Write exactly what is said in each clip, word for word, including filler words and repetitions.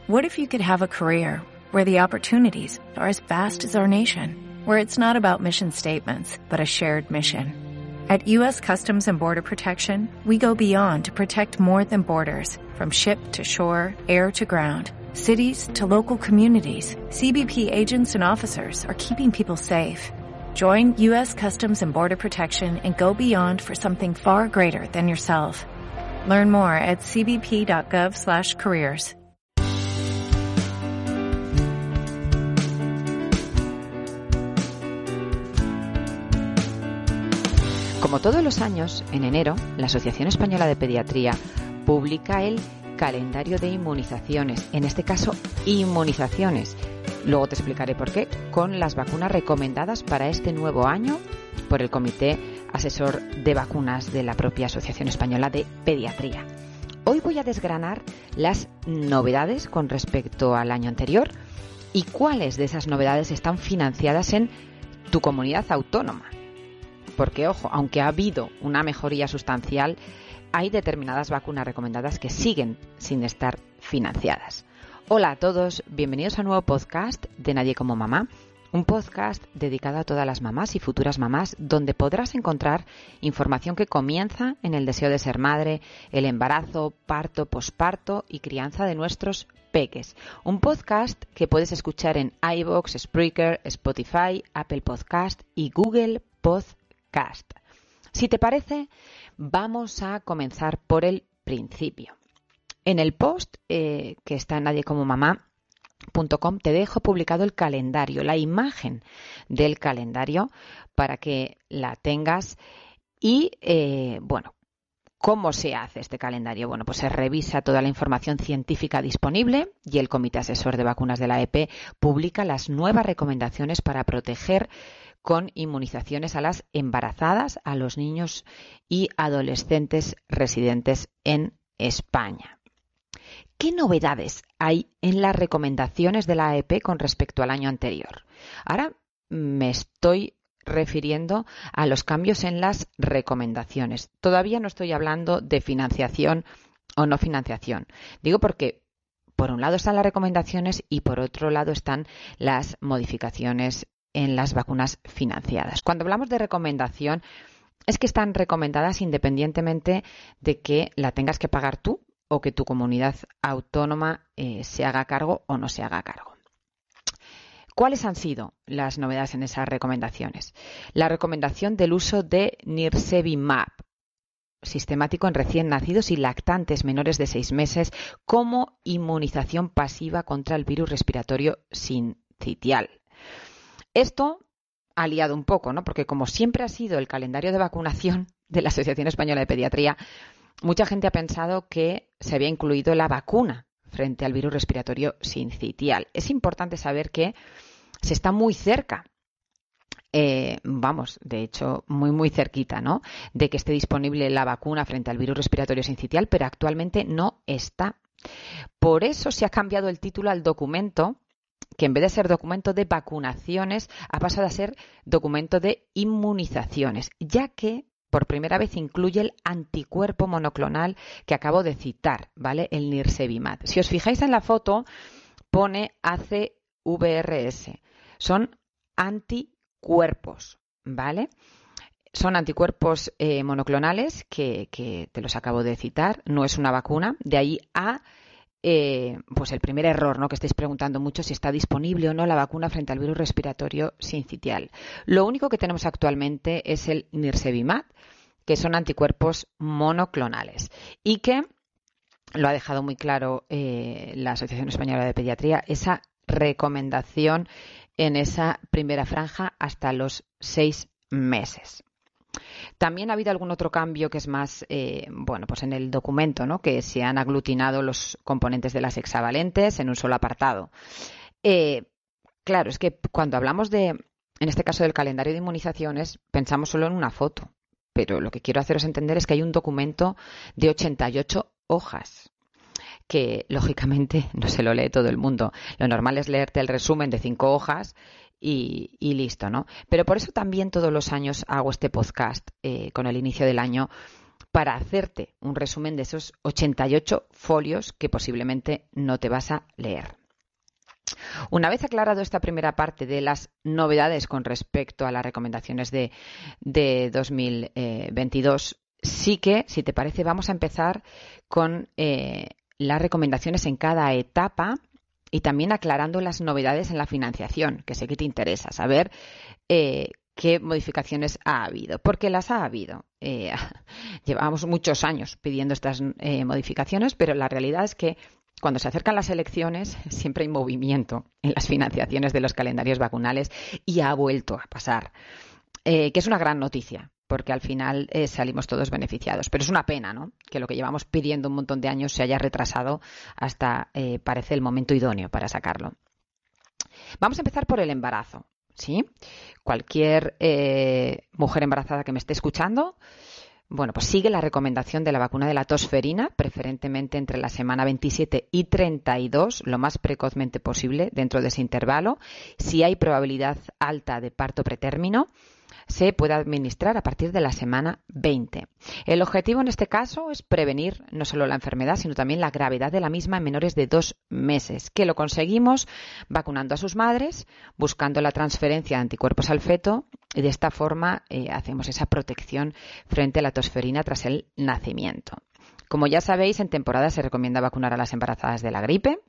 What if you could have a career where the opportunities are as vast as our nation, where it's not about mission statements, but a shared mission? At U S Customs and Border Protection, we go beyond to protect more than borders, from ship to shore, air to ground, cities to local communities. C B P agents and officers are keeping people safe. Join U S Customs and Border Protection and go beyond for something far greater than yourself. Learn more at c b p dot gov slash careers. Como todos los años, en enero, la Asociación Española de Pediatría publica el calendario de inmunizaciones, en este caso, inmunizaciones. Luego te explicaré por qué, con las vacunas recomendadas para este nuevo año por el Comité Asesor de Vacunas de la propia Asociación Española de Pediatría. Hoy voy a desgranar las novedades con respecto al año anterior y cuáles de esas novedades están financiadas en tu comunidad autónoma. Porque, ojo, aunque ha habido una mejoría sustancial, hay determinadas vacunas recomendadas que siguen sin estar financiadas. Hola a todos, bienvenidos a un nuevo podcast de Nadie como Mamá, un podcast dedicado a todas las mamás y futuras mamás, donde podrás encontrar información que comienza en el deseo de ser madre, el embarazo, parto, posparto y crianza de nuestros peques. Un podcast que puedes escuchar en iVoox, Spreaker, Spotify, Apple Podcast y Google Podcast. Si te parece, vamos a comenzar por el principio. En el post eh, que está en nadie como mamá punto com te dejo publicado el calendario, la imagen del calendario para que la tengas y, eh, bueno, ¿cómo se hace este calendario? Bueno, pues se revisa toda la información científica disponible y el Comité Asesor de Vacunas de la E P publica las nuevas recomendaciones para proteger con inmunizaciones a las embarazadas, a los niños y adolescentes residentes en España. ¿Qué novedades hay en las recomendaciones de la A E P con respecto al año anterior? Ahora me estoy refiriendo a los cambios en las recomendaciones. Todavía no estoy hablando de financiación o no financiación. Digo porque por un lado están las recomendaciones y por otro lado están las modificaciones en las vacunas financiadas. Cuando hablamos de recomendación, es que están recomendadas independientemente de que la tengas que pagar tú o que tu comunidad autónoma eh, se haga cargo o no se haga cargo. ¿Cuáles han sido las novedades en esas recomendaciones? La recomendación del uso de Nirsevimab, sistemático en recién nacidos y lactantes menores de seis meses, como inmunización pasiva contra el virus respiratorio sincitial. Esto ha liado un poco, ¿no? Porque como siempre ha sido el calendario de vacunación de la Asociación Española de Pediatría, mucha gente ha pensado que se había incluido la vacuna frente al virus respiratorio sincitial. Es importante saber que se está muy cerca, eh, vamos, de hecho, muy, muy cerquita, ¿no?, de que esté disponible la vacuna frente al virus respiratorio sincitial, pero actualmente no está. Por eso se ha cambiado el título al documento, que en vez de ser documento de vacunaciones ha pasado a ser documento de inmunizaciones, ya que por primera vez incluye el anticuerpo monoclonal que acabo de citar, ¿vale? El Nirsevimab. Si os fijáis en la foto, pone A C V R S. Son anticuerpos, ¿vale? Son anticuerpos eh, monoclonales que, que te los acabo de citar. No es una vacuna. De ahí a Eh, pues el primer error, ¿no?, que estáis preguntando mucho si está disponible o no la vacuna frente al virus respiratorio sincitial. Lo único que tenemos actualmente es el Nirsevimab, que son anticuerpos monoclonales y que lo ha dejado muy claro eh, la Asociación Española de Pediatría, esa recomendación en esa primera franja hasta los seis meses. También ha habido algún otro cambio que es más, eh, bueno, pues en el documento, ¿no?, que se han aglutinado los componentes de las hexavalentes en un solo apartado. Eh, claro, es que cuando hablamos de, en este caso del calendario de inmunizaciones, pensamos solo en una foto, pero lo que quiero haceros entender es que hay un documento de ochenta y ocho hojas, que lógicamente no se lo lee todo el mundo. Lo normal es leerte el resumen de cinco hojas y, y listo, ¿no? Pero por eso también todos los años hago este podcast eh, con el inicio del año, para hacerte un resumen de esos ochenta y ocho folios que posiblemente no te vas a leer. Una vez aclarado esta primera parte de las novedades con respecto a las recomendaciones de, de dos mil veintidós, sí que, si te parece, vamos a empezar con eh, las recomendaciones en cada etapa y también aclarando las novedades en la financiación, que sé que te interesa saber eh, qué modificaciones ha habido, porque las ha habido. Eh, llevamos muchos años pidiendo estas eh, modificaciones, pero la realidad es que cuando se acercan las elecciones siempre hay movimiento en las financiaciones de los calendarios vacunales y ha vuelto a pasar, eh, que es una gran noticia, porque al final eh, salimos todos beneficiados. Pero es una pena, ¿no?, que lo que llevamos pidiendo un montón de años se haya retrasado hasta, eh, parece, el momento idóneo para sacarlo. Vamos a empezar por el embarazo, ¿sí? Cualquier eh, mujer embarazada que me esté escuchando, bueno, pues sigue la recomendación de la vacuna de la tosferina, preferentemente entre la semana veintisiete y treinta y dos, lo más precozmente posible dentro de ese intervalo. Si hay probabilidad alta de parto pretérmino, se puede administrar a partir de la semana veinte. El objetivo en este caso es prevenir no solo la enfermedad, sino también la gravedad de la misma en menores de dos meses, que lo conseguimos vacunando a sus madres, buscando la transferencia de anticuerpos al feto y de esta forma eh, hacemos esa protección frente a la tosferina tras el nacimiento. Como ya sabéis, en temporada se recomienda vacunar a las embarazadas de la gripe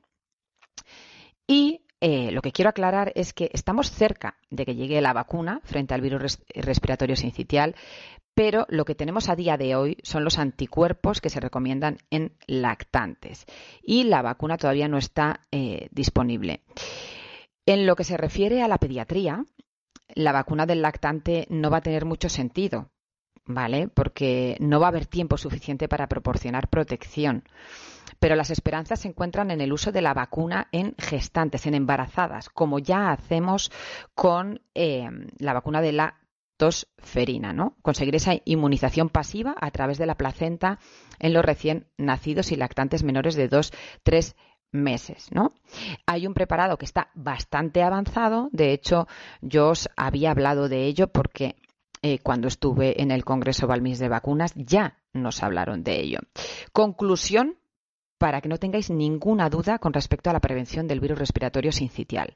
y Eh, lo que quiero aclarar es que estamos cerca de que llegue la vacuna frente al virus res- respiratorio sincitial, pero lo que tenemos a día de hoy son los anticuerpos que se recomiendan en lactantes y la vacuna todavía no está eh, disponible. En lo que se refiere a la pediatría, la vacuna del lactante no va a tener mucho sentido, ¿vale? Porque no va a haber tiempo suficiente para proporcionar protección. Pero las esperanzas se encuentran en el uso de la vacuna en gestantes, en embarazadas, como ya hacemos con eh, la vacuna de la tosferina, ¿no? Conseguir esa inmunización pasiva a través de la placenta en los recién nacidos y lactantes menores de dos a tres meses, ¿no? Hay un preparado que está bastante avanzado, de hecho yo os había hablado de ello porque eh, cuando estuve en el Congreso Balmis de Vacunas ya nos hablaron de ello. Conclusión, para que no tengáis ninguna duda con respecto a la prevención del virus respiratorio sincitial.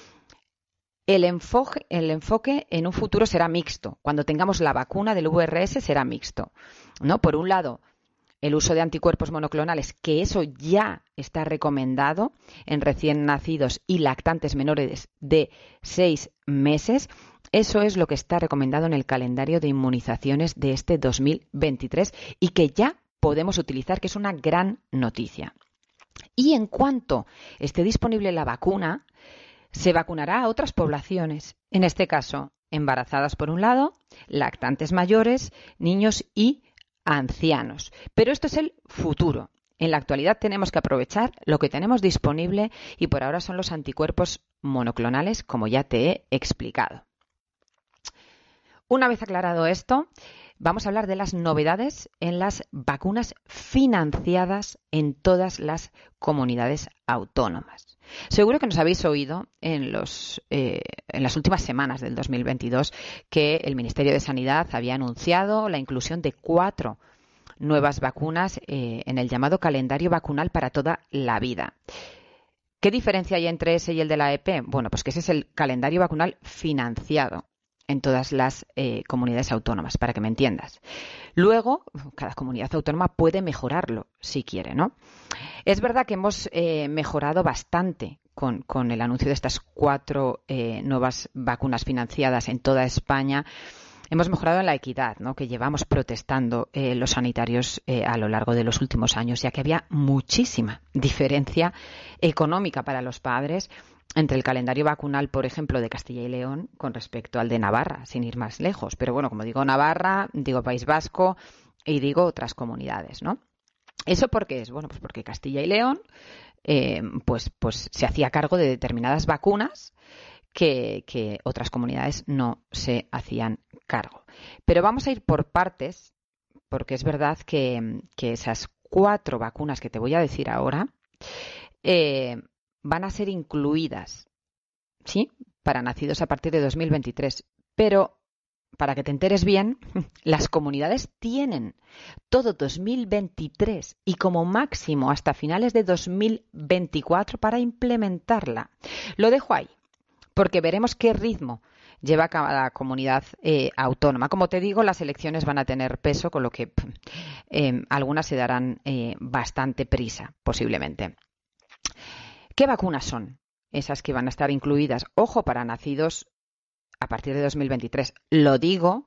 El enfoque, el enfoque en un futuro será mixto. Cuando tengamos la vacuna del V R S será mixto, ¿no? Por un lado, el uso de anticuerpos monoclonales, que eso ya está recomendado en recién nacidos y lactantes menores de seis meses. Eso es lo que está recomendado en el calendario de inmunizaciones de este dos mil veintitrés y que ya podemos utilizar, que es una gran noticia. Y en cuanto esté disponible la vacuna, se vacunará a otras poblaciones, en este caso, embarazadas por un lado, lactantes mayores, niños y ancianos. Pero esto es el futuro. En la actualidad tenemos que aprovechar lo que tenemos disponible y por ahora son los anticuerpos monoclonales, como ya te he explicado. Una vez aclarado esto, vamos a hablar de las novedades en las vacunas financiadas en todas las comunidades autónomas. Seguro que nos habéis oído en, los, eh, en las últimas semanas del dos mil veintidós que el Ministerio de Sanidad había anunciado la inclusión de cuatro nuevas vacunas eh, en el llamado calendario vacunal para toda la vida. ¿Qué diferencia hay entre ese y el de la E P? Bueno, pues que ese es el calendario vacunal financiado en todas las eh, comunidades autónomas, para que me entiendas. Luego, cada comunidad autónoma puede mejorarlo si quiere, ¿no? Es verdad que hemos eh, mejorado bastante con, con el anuncio de estas cuatro eh, nuevas vacunas financiadas en toda España. Hemos mejorado en la equidad, ¿no?, que llevamos protestando eh, los sanitarios eh, a lo largo de los últimos años, ya que había muchísima diferencia económica para los padres entre el calendario vacunal, por ejemplo, de Castilla y León con respecto al de Navarra, sin ir más lejos. Pero bueno, como digo Navarra, digo País Vasco y digo otras comunidades, ¿no? ¿Eso por qué es? Bueno, pues porque Castilla y León eh, pues, pues se hacía cargo de determinadas vacunas que, que otras comunidades no se hacían cargo. Pero vamos a ir por partes, porque es verdad que, que esas cuatro vacunas que te voy a decir ahora eh, van a ser incluidas, ¿sí?, para nacidos a partir de dos mil veintitrés, pero para que te enteres bien, las comunidades tienen todo dos mil veintitrés y como máximo hasta finales de dos mil veinticuatro para implementarla. Lo dejo ahí, porque veremos qué ritmo lleva cada comunidad eh, autónoma. Como te digo, las elecciones van a tener peso, con lo que eh, algunas se darán eh, bastante prisa, posiblemente. ¿Qué vacunas son esas que van a estar incluidas? Ojo, para nacidos a partir de dos mil veintitrés. Lo digo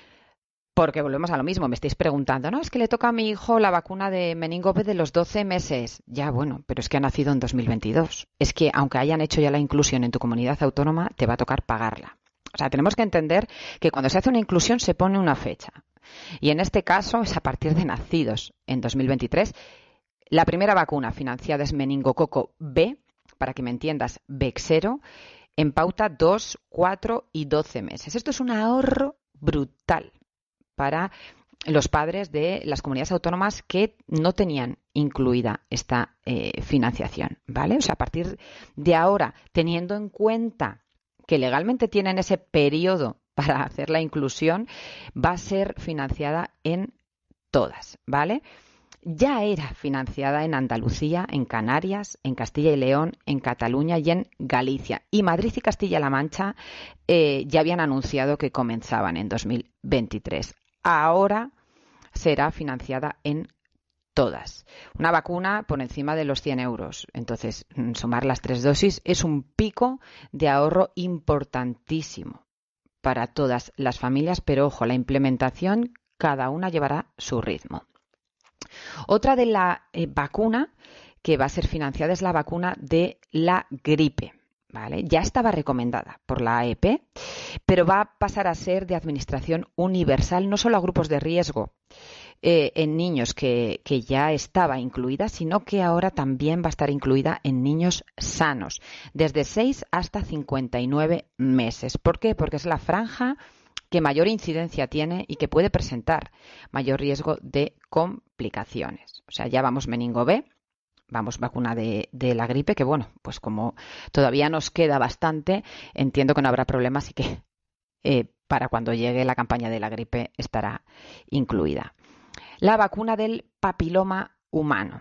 porque volvemos a lo mismo. Me estáis preguntando, no, es que le toca a mi hijo la vacuna de meningo B de los doce meses. Ya, bueno, pero es que ha nacido en dos mil veintidós. Es que aunque hayan hecho ya la inclusión en tu comunidad autónoma, te va a tocar pagarla. O sea, tenemos que entender que cuando se hace una inclusión se pone una fecha. Y en este caso es a partir de nacidos en dos mil veintitrés. La primera vacuna financiada es meningococo B, para que me entiendas, Bexero, en pauta dos, cuatro y doce meses. Esto es un ahorro brutal para los padres de las comunidades autónomas que no tenían incluida esta eh, financiación, ¿vale? O sea, a partir de ahora, teniendo en cuenta que legalmente tienen ese periodo para hacer la inclusión, va a ser financiada en todas, ¿vale? Ya era financiada en Andalucía, en Canarias, en Castilla y León, en Cataluña y en Galicia. Y Madrid y Castilla-La Mancha eh, ya habían anunciado que comenzaban en dos mil veintitrés. Ahora será financiada en todas. Una vacuna por encima de los cien euros. Entonces, sumar las tres dosis es un pico de ahorro importantísimo para todas las familias, pero ojo, la implementación cada una llevará su ritmo. Otra de la eh, vacuna que va a ser financiada es la vacuna de la gripe, ¿vale? Ya estaba recomendada por la A E P, pero va a pasar a ser de administración universal, no solo a grupos de riesgo eh, en niños que, que ya estaba incluida, sino que ahora también va a estar incluida en niños sanos, desde seis hasta cincuenta y nueve meses. ¿Por qué? Porque es la franja que mayor incidencia tiene y que puede presentar mayor riesgo de complicaciones. O sea, ya vamos meningo B, vamos vacuna de, de la gripe, que bueno, pues como todavía nos queda bastante, entiendo que no habrá problemas y que eh, para cuando llegue la campaña de la gripe estará incluida. La vacuna del papiloma humano.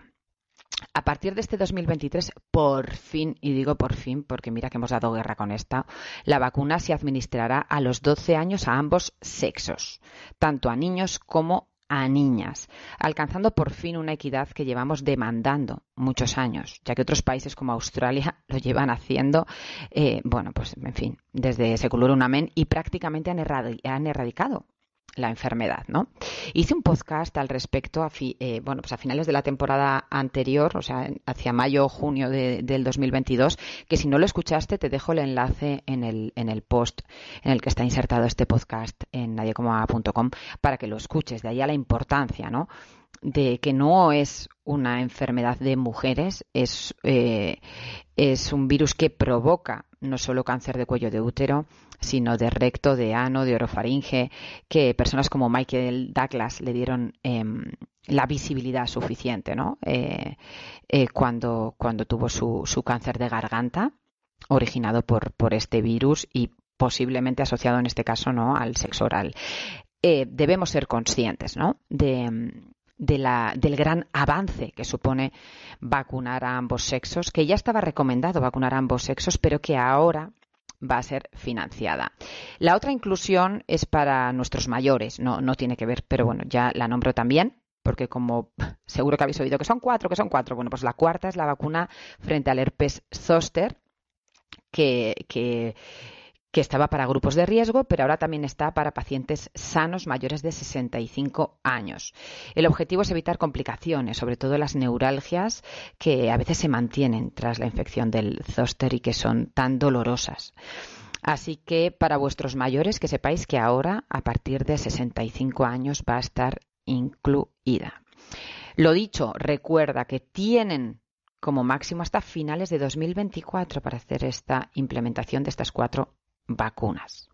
A partir de este dos mil veintitrés, por fin, y digo por fin porque mira que hemos dado guerra con esta, la vacuna se administrará a los doce años a ambos sexos, tanto a niños como a niñas, alcanzando por fin una equidad que llevamos demandando muchos años, ya que otros países como Australia lo llevan haciendo, eh, bueno, pues en fin, desde Seculurum Amen y prácticamente han, erradi- han erradicado la enfermedad, ¿no? Hice un podcast al respecto a, fi, eh, bueno, pues a finales de la temporada anterior, o sea, hacia mayo o junio de, del dos mil veintidós, que si no lo escuchaste te dejo el enlace en el, en el post en el que está insertado este podcast en nadiecoma punto com para que lo escuches. De ahí a la importancia, ¿no?, de que no es una enfermedad de mujeres, es, eh, es un virus que provoca no solo cáncer de cuello de útero, sino de recto, de ano, de orofaringe, que personas como Michael Douglas le dieron eh, la visibilidad suficiente, ¿no? Eh, eh, cuando, cuando tuvo su, su cáncer de garganta, originado por, por este virus y posiblemente asociado en este caso, ¿no?, al sexo oral. Eh, debemos ser conscientes, ¿no?, de... De la, del gran avance que supone vacunar a ambos sexos, que ya estaba recomendado vacunar a ambos sexos, pero que ahora va a ser financiada. La otra inclusión es para nuestros mayores, no, no tiene que ver, pero bueno, ya la nombro también, porque como seguro que habéis oído que son cuatro, que son cuatro, bueno, pues la cuarta es la vacuna frente al herpes zóster, que... que que estaba para grupos de riesgo, pero ahora también está para pacientes sanos mayores de sesenta y cinco años. El objetivo es evitar complicaciones, sobre todo las neuralgias que a veces se mantienen tras la infección del zóster y que son tan dolorosas. Así que para vuestros mayores, que sepáis que ahora, a partir de sesenta y cinco años, va a estar incluida. Lo dicho, recuerda que tienen como máximo hasta finales de dos mil veinticuatro para hacer esta implementación de estas cuatro vacunas.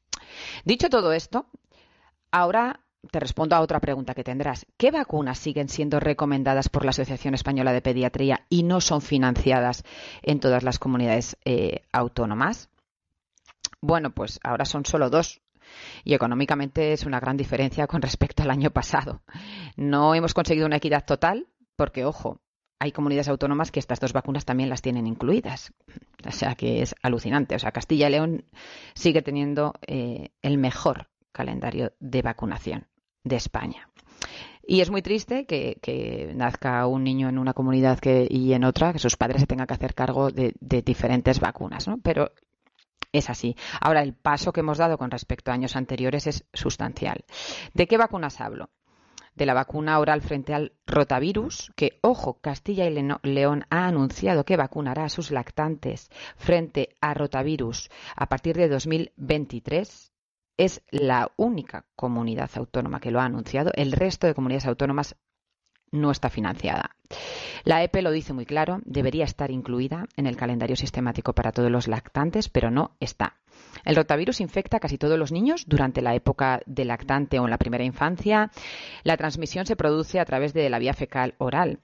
Dicho todo esto, ahora te respondo a otra pregunta que tendrás. ¿Qué vacunas siguen siendo recomendadas por la Asociación Española de Pediatría y no son financiadas en todas las comunidades eh, autónomas? Bueno, pues ahora son solo dos. Y económicamente es una gran diferencia con respecto al año pasado. No hemos conseguido una equidad total porque, ojo, hay comunidades autónomas que estas dos vacunas también las tienen incluidas. O sea que es alucinante. O sea, Castilla y León sigue teniendo eh, el mejor calendario de vacunación de España. Y es muy triste que, que nazca un niño en una comunidad que, y en otra, que sus padres se tengan que hacer cargo de, de diferentes vacunas, ¿no? Pero es así. Ahora, el paso que hemos dado con respecto a años anteriores es sustancial. ¿De qué vacunas hablo? De la vacuna oral frente al rotavirus, que, ojo, Castilla y León ha anunciado que vacunará a sus lactantes frente a rotavirus a partir de dos mil veintitrés. Es la única comunidad autónoma que lo ha anunciado. El resto de comunidades autónomas no está financiada. La E P lo dice muy claro, debería estar incluida en el calendario sistemático para todos los lactantes, pero no está. El rotavirus infecta a casi todos los niños durante la época de lactante o en la primera infancia. La transmisión se produce a través de la vía fecal oral.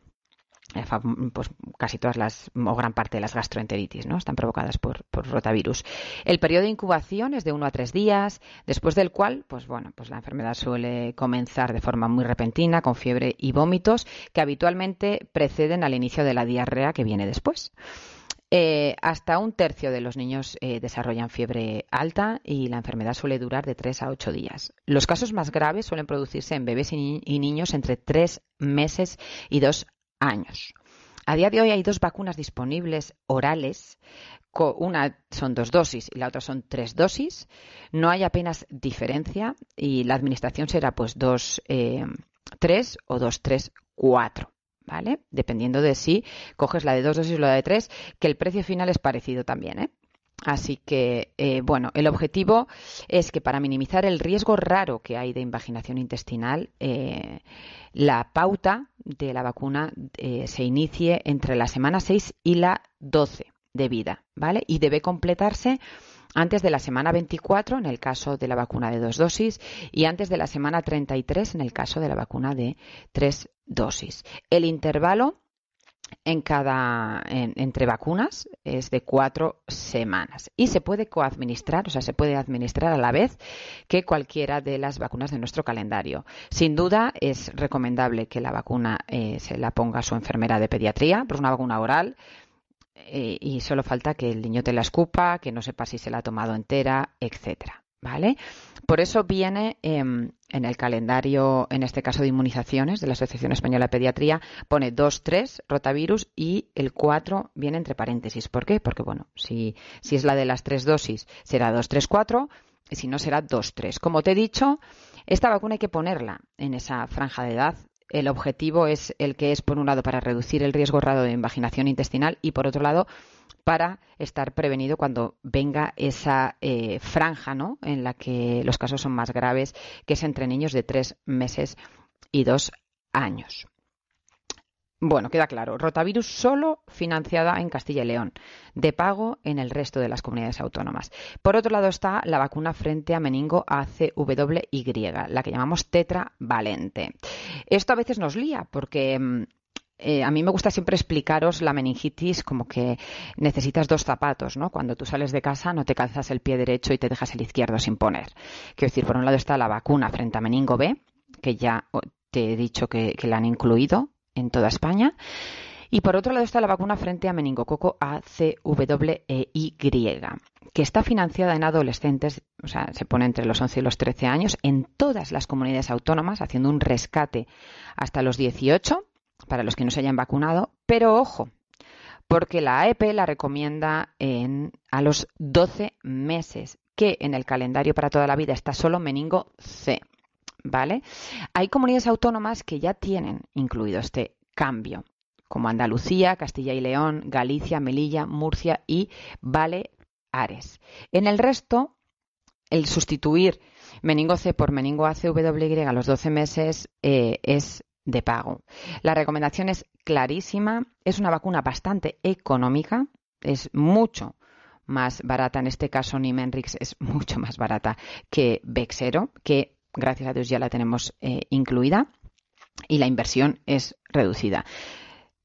Pues casi todas las, o gran parte de las gastroenteritis, ¿no? Están provocadas por, por rotavirus. El periodo de incubación es de uno a tres días, después del cual, pues bueno, pues la enfermedad suele comenzar de forma muy repentina, con fiebre y vómitos, que habitualmente preceden al inicio de la diarrea que viene después. Eh, hasta un tercio de los niños eh, desarrollan fiebre alta y la enfermedad suele durar de tres a ocho días. Los casos más graves suelen producirse en bebés y, ni- y niños entre tres meses y dos años. A día de hoy hay dos vacunas disponibles orales. Una son dos dosis y la otra son tres dosis. No hay apenas diferencia y la administración será pues dos, eh, tres o dos, tres, cuatro. ¿Vale? Dependiendo de si coges la de dos dosis o la de tres, que el precio final es parecido también, ¿eh? Así que, eh, bueno, el objetivo es que para minimizar el riesgo raro que hay de invaginación intestinal, eh, la pauta de la vacuna eh, se inicie entre la semana seis y la doce de vida, ¿vale? Y debe completarse antes de la semana veinticuatro en el caso de la vacuna de dos dosis y antes de la semana treinta y tres en el caso de la vacuna de tres dosis. El intervalo en cada en, entre vacunas es de cuatro semanas y se puede coadministrar, o sea, se puede administrar a la vez que cualquiera de las vacunas de nuestro calendario. Sin duda es recomendable que la vacuna eh, se la ponga su enfermera de pediatría, por una vacuna oral. Eh, y solo falta que el niño te la escupa, que no sepa si se la ha tomado entera, etcétera. ¿Vale? Por eso viene eh, en el calendario, en este caso de inmunizaciones de la Asociación Española de Pediatría, pone dos, tres, rotavirus y el cuatro viene entre paréntesis. ¿Por qué? Porque, bueno, si, si es la de las tres dosis será dos, tres, cuatro y si no será dos, tres. Como te he dicho, esta vacuna hay que ponerla en esa franja de edad. El objetivo es el que es, por un lado, para reducir el riesgo raro de invaginación intestinal y, por otro lado, para estar prevenido cuando venga esa eh, franja, ¿no?, en la que los casos son más graves, que es entre niños de tres meses y dos años. Bueno, queda claro, rotavirus solo financiada en Castilla y León, de pago en el resto de las comunidades autónomas. Por otro lado está la vacuna frente a meningo A C W Y, la que llamamos tetravalente. Esto a veces nos lía porque eh, a mí me gusta siempre explicaros la meningitis como que necesitas dos zapatos, ¿no? Cuando tú sales de casa no te calzas el pie derecho y te dejas el izquierdo sin poner. Quiero decir, por un lado está la vacuna frente a meningo B, que ya te he dicho que, que la han incluido en toda España. Y por otro lado está la vacuna frente a meningococo A C W Y, que está financiada en adolescentes, o sea, se pone entre los once y los trece años, en todas las comunidades autónomas, haciendo un rescate hasta los dieciocho, para los que no se hayan vacunado. Pero ojo, porque la E P la recomienda en, a los doce meses, que en el calendario para toda la vida está solo meningo C. ¿Vale? Hay comunidades autónomas que ya tienen incluido este cambio, como Andalucía, Castilla y León, Galicia, Melilla, Murcia y Baleares. En el resto, el sustituir meningo C por meningo A C W Y a los doce meses eh, es de pago. La recomendación es clarísima, es una vacuna bastante económica, es mucho más barata, en este caso Nimenrix es mucho más barata que Bexsero, que gracias a Dios ya la tenemos eh, incluida y la inversión es reducida.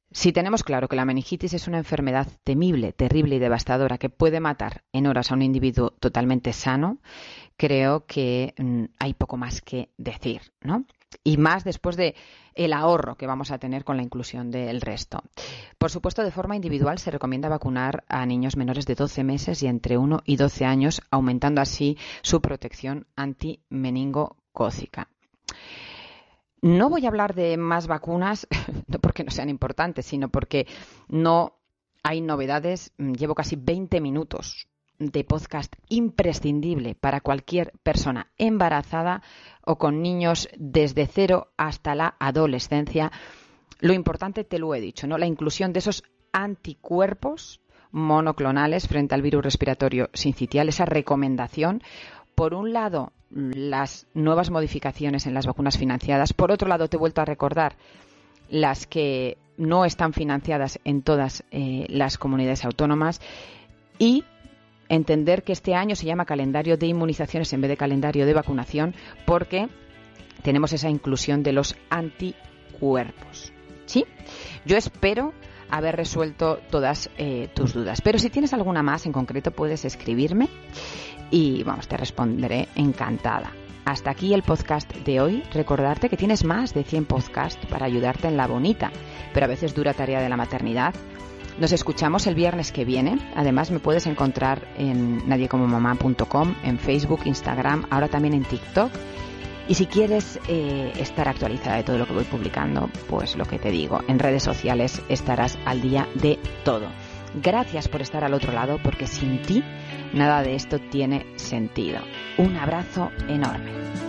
Si tenemos claro que la meningitis es una enfermedad temible, terrible y devastadora que puede matar en horas a un individuo totalmente sano, creo que mmm, hay poco más que decir, ¿no? Y más después de el ahorro que vamos a tener con la inclusión del resto. Por supuesto, de forma individual se recomienda vacunar a niños menores de doce meses y entre uno y doce años, aumentando así su protección antimeningocócica. No voy a hablar de más vacunas, no porque no sean importantes, sino porque no hay novedades. Llevo casi veinte minutos de podcast imprescindible para cualquier persona embarazada o con niños desde cero hasta la adolescencia. Lo importante, te lo he dicho, ¿no? La inclusión de esos anticuerpos monoclonales frente al virus respiratorio sincitial, esa recomendación. Por un lado, las nuevas modificaciones en las vacunas financiadas. Por otro lado, te he vuelto a recordar las que no están financiadas en todas eh, las comunidades autónomas. Y entender que este año se llama calendario de inmunizaciones en vez de calendario de vacunación, porque tenemos esa inclusión de los anticuerpos. ¿Sí? Yo espero haber resuelto todas eh, tus dudas. Pero si tienes alguna más en concreto, puedes escribirme y vamos, te responderé encantada. Hasta aquí el podcast de hoy. Recordarte que tienes más de cien podcasts para ayudarte en la bonita, pero a veces dura tarea de la maternidad. Nos escuchamos el viernes que viene. Además, me puedes encontrar en nadie como mamá punto com, en Facebook, Instagram, ahora también en TikTok. Y si quieres eh, estar actualizada de todo lo que voy publicando, pues lo que te digo, en redes sociales estarás al día de todo. Gracias por estar al otro lado, porque sin ti nada de esto tiene sentido. Un abrazo enorme.